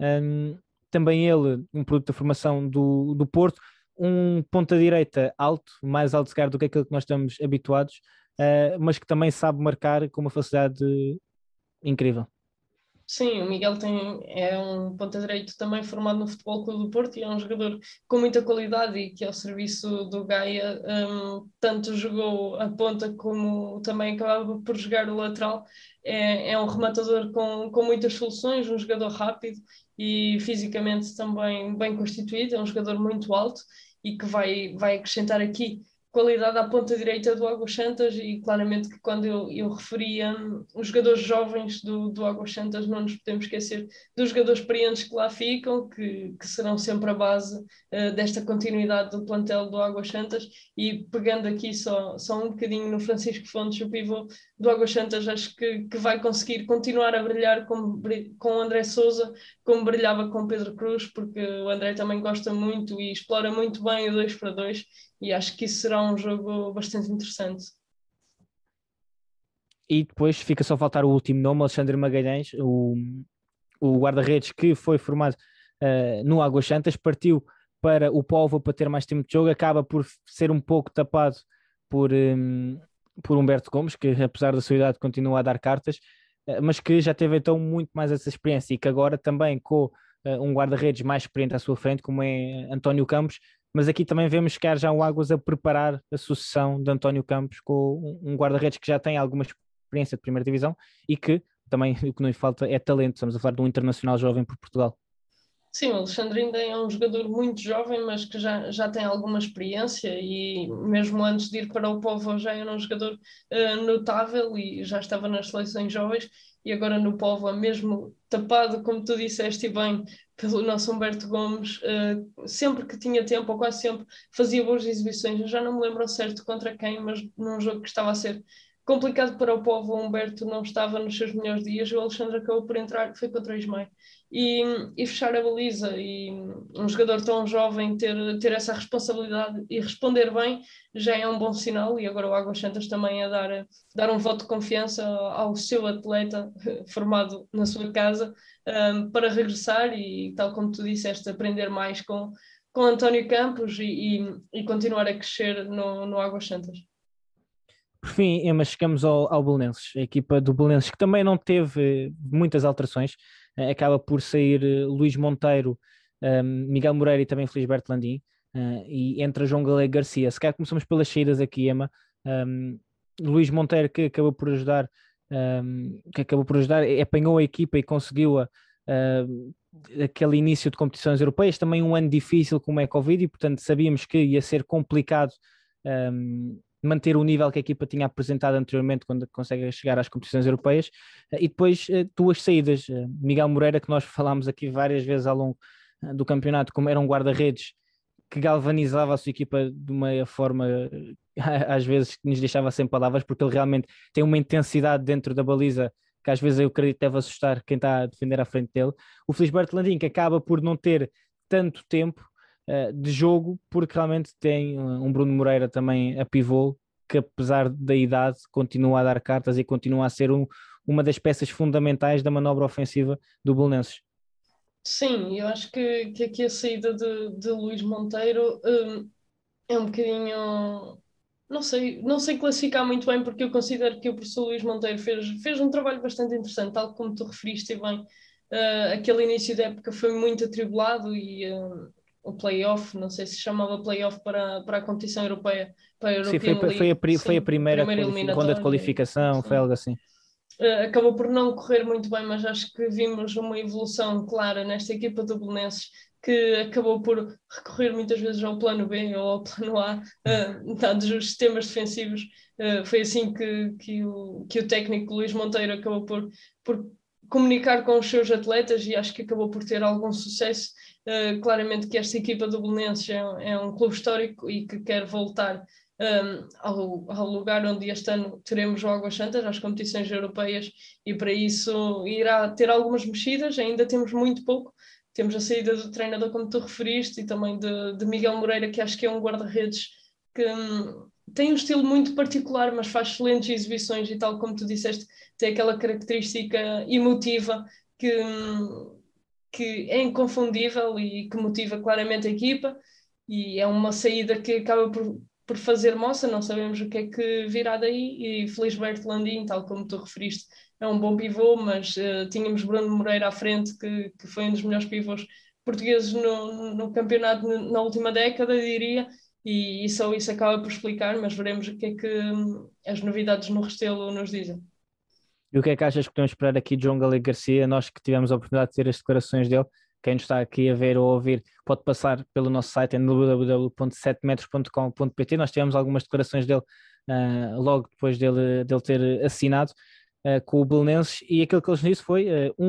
também ele, um produto da formação do Porto, um ponta-direita alto, mais alto se calhar do que aquilo que nós estamos habituados, mas que também sabe marcar com uma facilidade incrível. Sim, o Miguel é um ponta-direito também formado no Futebol Clube do Porto, e é um jogador com muita qualidade e que ao serviço do Gaia tanto jogou a ponta como também acabava por jogar o lateral. É um rematador com muitas soluções, um jogador rápido e fisicamente também bem constituído, é um jogador muito alto e que vai acrescentar aqui qualidade à ponta direita do Águas Santas. E claramente que quando eu referia os jogadores jovens do Águas Santas, não nos podemos esquecer dos jogadores experientes que lá ficam, que serão sempre a base desta continuidade do plantel do Águas Santas. E pegando aqui só um bocadinho no Francisco Fontes, o pivô do Águas Santas, acho que vai conseguir continuar a brilhar com o André Sousa, como brilhava com Pedro Cruz, porque o André também gosta muito e explora muito bem o 2 para 2, e acho que isso será um jogo bastante interessante. E depois fica só faltar o último nome, Alexandre Magalhães, o guarda-redes que foi formado no Águas Santas, partiu para o Póvoa para ter mais tempo de jogo, acaba por ser um pouco tapado por Humberto Gomes, que apesar da sua idade continua a dar cartas, mas que já teve então muito mais essa experiência, e que agora também com um guarda-redes mais experiente à sua frente, como é António Campos. Mas aqui também vemos que há já o Águas a preparar a sucessão de António Campos com um guarda-redes que já tem alguma experiência de primeira divisão e que também o que não lhe falta é talento. Estamos a falar de um internacional jovem por Portugal. Sim, o Alexandre ainda é um jogador muito jovem, mas que já tem alguma experiência, e mesmo antes de ir para o Povo já era um jogador notável e já estava nas seleções jovens. E agora no Povo, mesmo tapado, como tu disseste e bem, pelo nosso Humberto Gomes, sempre que tinha tempo, ou quase sempre, fazia boas exibições. Eu já não me lembro ao certo contra quem, mas num jogo que estava a ser complicado para o Povo, o Humberto não estava nos seus melhores dias, e o Alexandre acabou por entrar, foi contra o Ismael, e fechar a baliza. E um jogador tão jovem ter essa responsabilidade e responder bem já é um bom sinal. E agora o Águas Santas também a dar um voto de confiança ao seu atleta formado na sua casa, para regressar e, tal como tu disseste, aprender mais com António Campos e continuar a crescer no Águas Santas. Por fim, Emma, chegamos ao Belenenses, a equipa do Belenenses que também não teve muitas alterações, acaba por sair Luís Monteiro, Miguel Moreira e também Felisberto Landim, e entra João Galego Garcia. Se calhar começamos pelas saídas aqui, Emma. Luís Monteiro que acabou por ajudar, apanhou a equipa e conseguiu aquele início de competições europeias, também um ano difícil como é Covid, e portanto sabíamos que ia ser complicado manter o nível que a equipa tinha apresentado anteriormente quando consegue chegar às competições europeias. E depois duas saídas, Miguel Moreira, que nós falámos aqui várias vezes ao longo do campeonato, como era um guarda-redes que galvanizava a sua equipa de uma forma, às vezes, que nos deixava sem palavras, porque ele realmente tem uma intensidade dentro da baliza que às vezes eu acredito que deve assustar quem está a defender à frente dele. O Felisberto Landim, que acaba por não ter tanto tempo de jogo, porque realmente tem um Bruno Moreira também a pivô, que apesar da idade continua a dar cartas e continua a ser uma das peças fundamentais da manobra ofensiva do Belenenses. Sim, eu acho que aqui a saída de Luís Monteiro é um bocadinho. Não sei classificar muito bem, porque eu considero que o professor Luís Monteiro fez um trabalho bastante interessante, tal como tu referiste bem. Aquele início da época foi muito atribulado e o play-off, não sei se chamava play-off para a competição europeia, para a Sim, European League, foi a sim, a primeira primeira ronda de eliminatória. qualificação, foi Sim. algo assim. Acabou por não correr muito bem, mas acho que vimos uma evolução clara nesta equipa do Belenenses, que acabou por recorrer muitas vezes ao plano B ou ao plano A, dados os sistemas defensivos. Foi assim que o técnico Luís Monteiro acabou por comunicar com os seus atletas e acho que acabou por ter algum sucesso. Claramente que esta equipa do Belenenses é um clube histórico e que quer voltar ao lugar onde este ano teremos o Águas Santas, às competições europeias, e para isso irá ter algumas mexidas, ainda temos muito pouco. Temos a saída do treinador, como tu referiste, e também de Miguel Moreira, que acho que é um guarda-redes que tem um estilo muito particular, mas faz excelentes exibições e tal como tu disseste, tem aquela característica emotiva que é inconfundível e que motiva claramente a equipa, e é uma saída que acaba por fazer moça, não sabemos o que é que virá daí, e Felisberto Landim, tal como tu referiste, é um bom pivô, mas tínhamos Bruno Moreira à frente, que foi um dos melhores pivôs portugueses no campeonato na última década, diria, e só isso acaba por explicar, mas veremos o que é que as novidades no Restelo nos dizem. E o que é que achas que podemos esperar aqui de João Galego Garcia? Nós que tivemos a oportunidade de ter as declarações dele, quem nos está aqui a ver ou a ouvir pode passar pelo nosso site em www.7metros.com.pt. Nós tivemos algumas declarações dele logo depois dele ter assinado com o Belenenses, e aquilo que ele nos disse foi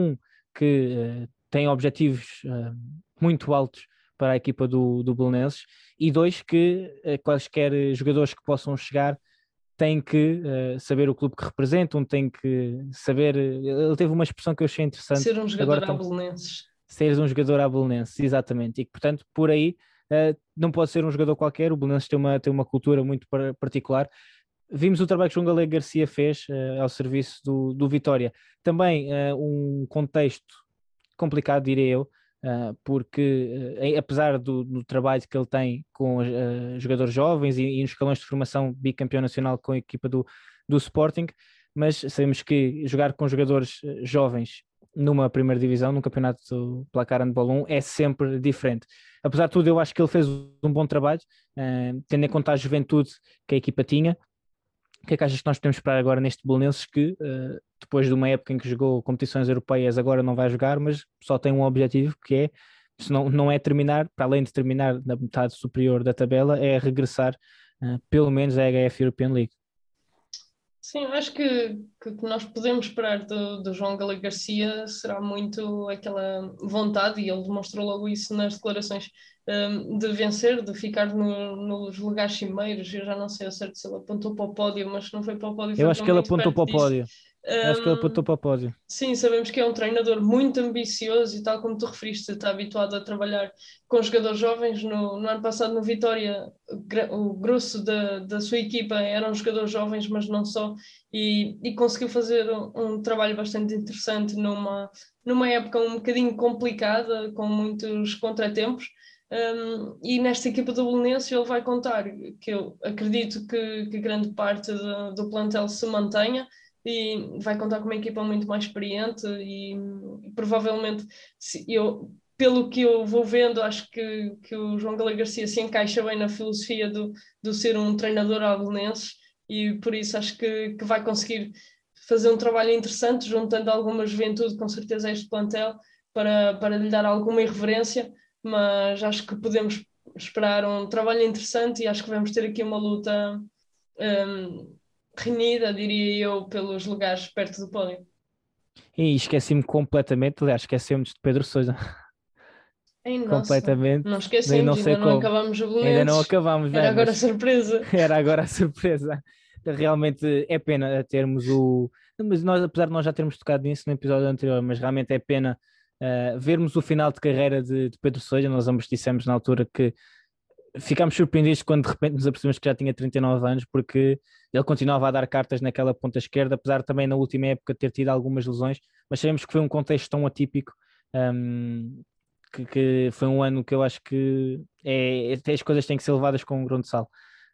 que tem objetivos muito altos para a equipa do Belenenses, e dois, que quaisquer jogadores que possam chegar tem que saber o clube que representa, um tem que saber. Ele teve uma expressão que eu achei interessante. Ser um Agora jogador estamos abelenenses. seres um jogador à Belenenses, exatamente, e que, portanto, por aí não pode ser um jogador qualquer. O Belenenses tem uma cultura muito particular. Vimos o trabalho que João Galego Garcia fez ao serviço do Vitória. Também um contexto complicado, diria eu, porque apesar do trabalho que ele tem com jogadores jovens e nos escalões de formação, bicampeão nacional com a equipa do Sporting, mas sabemos que jogar com jogadores jovens numa primeira divisão, num campeonato do Placar Handball 1, é sempre diferente. Apesar de tudo, eu acho que ele fez um bom trabalho, tendo em conta a juventude que a equipa tinha. O que é que achas que nós podemos esperar agora neste Belenenses que, depois de uma época em que jogou competições europeias, agora não vai jogar, mas só tem um objetivo, que é, se não é terminar, para além de terminar na metade superior da tabela, é regressar pelo menos à EHF European League. Sim, acho que o que nós podemos esperar do João Galego Garcia será muito aquela vontade, e ele demonstrou logo isso nas declarações, de vencer, de ficar nos lugares cimeiros. Eu já não sei ao certo se ele apontou para o pódio, mas se não foi para o pódio, Eu foi acho para que ele muito apontou perto para o disso. pódio. Eu acho que ele apontou Um, para o pódio. Sim, sabemos que é um treinador muito ambicioso e, tal como tu referiste, está habituado a trabalhar com jogadores jovens. No ano passado, no Vitória, o grosso da sua equipa eram jogadores jovens, mas não só, e conseguiu fazer um trabalho bastante interessante numa época um bocadinho complicada, com muitos contratempos. E nesta equipa do Belenenses ele vai contar, que eu acredito que grande parte do plantel se mantenha, e vai contar com uma equipa muito mais experiente, e provavelmente, pelo que eu vou vendo, acho que o João Galego Garcia se encaixa bem na filosofia do ser um treinador albelenenses, e por isso acho que vai conseguir fazer um trabalho interessante, juntando alguma juventude com certeza a este plantel, para lhe dar alguma irreverência, mas acho que podemos esperar um trabalho interessante, e acho que vamos ter aqui uma luta renhida, diria eu, pelos lugares perto do pódio. E esqueci-me completamente, aliás, esquecemos de Pedro Sousa, Ei, nossa, completamente, não nem esquecemos, não sei ainda não como. acabamos o Ainda não Belenenses. acabámos Era bem, agora mas surpresa. era agora a surpresa. Realmente é pena termos o. Mas nós, apesar de nós já termos tocado nisso no episódio anterior, mas realmente é pena vermos o final de carreira de Pedro Sousa. Nós ambos dissemos na altura que ficámos surpreendidos quando de repente nos apercebemos que já tinha 39 anos, porque ele continuava a dar cartas naquela ponta esquerda, apesar também na última época ter tido algumas lesões, mas sabemos que foi um contexto tão atípico. um, que foi um ano que eu acho que as coisas têm que ser levadas com um grão de sal.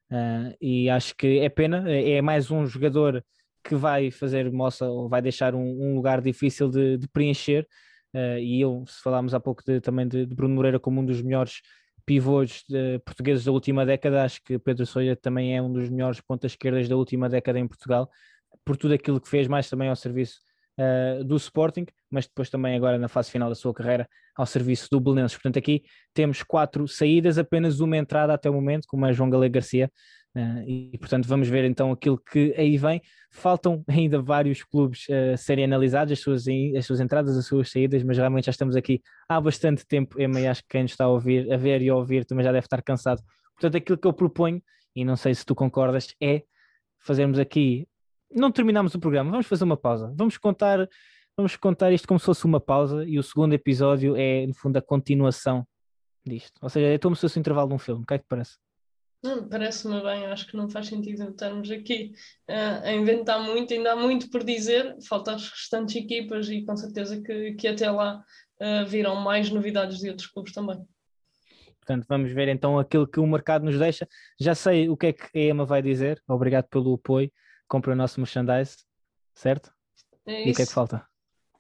E acho que é pena, é mais um jogador que vai fazer moça ou vai deixar um lugar difícil de preencher. E eu, se falámos há pouco também de Bruno Moreira como um dos melhores pivôs portugueses da última década, acho que Pedro Sousa também é um dos melhores pontas esquerdas da última década em Portugal, por tudo aquilo que fez, mais também ao serviço do Sporting, mas depois também agora na fase final da sua carreira ao serviço do Belenenses. Portanto, aqui temos 4 saídas, apenas uma entrada até o momento, como é João Galego Garcia. E portanto vamos ver então aquilo que aí vem. Faltam ainda vários clubes a serem analisados, as suas entradas, as suas saídas, mas realmente já estamos aqui há bastante tempo. Eu acho que quem nos está a ouvir, a ver e a ouvir também já deve estar cansado. Portanto, aquilo que eu proponho, e não sei se tu concordas, é fazermos aqui, não terminamos o programa, vamos fazer uma pausa, vamos contar isto como se fosse uma pausa, e o segundo episódio é no fundo a continuação disto, ou seja, é como se fosse um intervalo de um filme. O que é que te parece? Parece-me bem, acho que não faz sentido estarmos aqui a inventar muito, ainda há muito por dizer, falta as restantes equipas e com certeza que até lá virão mais novidades de outros clubes também. Portanto, vamos ver então aquilo que o mercado nos deixa. Já sei o que é que a Ema vai dizer. Obrigado pelo apoio. Compre o nosso merchandise, certo? É E o que é que isso. falta?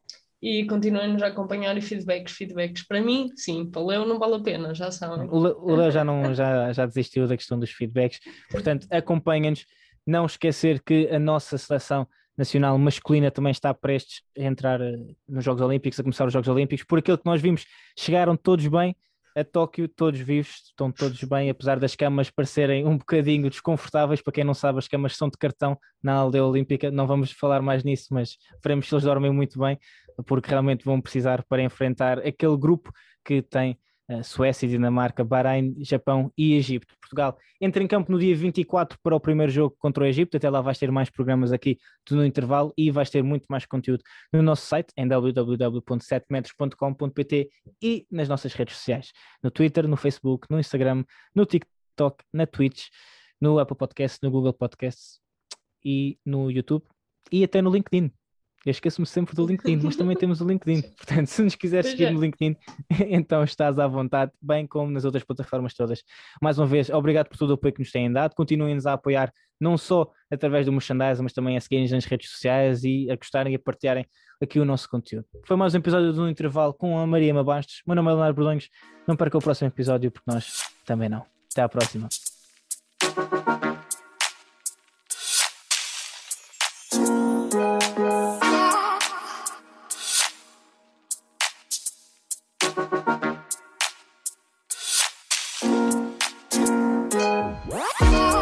E continuem-nos a acompanhar e feedbacks. Para mim, sim, para o Leo não vale a pena, já sabem. O Léo já, não, já desistiu da questão dos feedbacks. Portanto, acompanhem-nos. Não esquecer que a nossa seleção nacional masculina também está prestes a entrar nos Jogos Olímpicos, a começar os Jogos Olímpicos. Por aquilo que nós vimos, chegaram todos bem a Tóquio, todos vivos, estão todos bem, apesar das camas parecerem um bocadinho desconfortáveis. Para quem não sabe, as camas são de cartão na aldeia olímpica. Não vamos falar mais nisso, mas veremos se eles dormem muito bem, porque realmente vão precisar para enfrentar aquele grupo que tem Suécia, Dinamarca, Bahrein, Japão e Egito. Portugal entra em campo no dia 24 para o primeiro jogo contra o Egito. Até lá vais ter mais programas aqui no intervalo e vais ter muito mais conteúdo no nosso site em www.7metros.com.pt e nas nossas redes sociais, no Twitter, no Facebook, no Instagram, no TikTok, na Twitch, no Apple Podcasts, no Google Podcasts e no YouTube e até no LinkedIn. Eu esqueço-me sempre do LinkedIn, mas também temos o LinkedIn. Portanto, se nos quiseres Pois seguir no é. LinkedIn, então estás à vontade, bem como nas outras plataformas todas. Mais uma vez, obrigado por todo o apoio que nos têm dado. Continuem-nos a apoiar, não só através do merchandising, mas também a seguirem-nos nas redes sociais e a gostarem e a partilharem aqui o nosso conteúdo. Foi mais um episódio do Intervalo com a Maria Mabastos. Meu nome é Leonardo Bordonhos. Não perca o próximo episódio, porque nós também não. Até à próxima.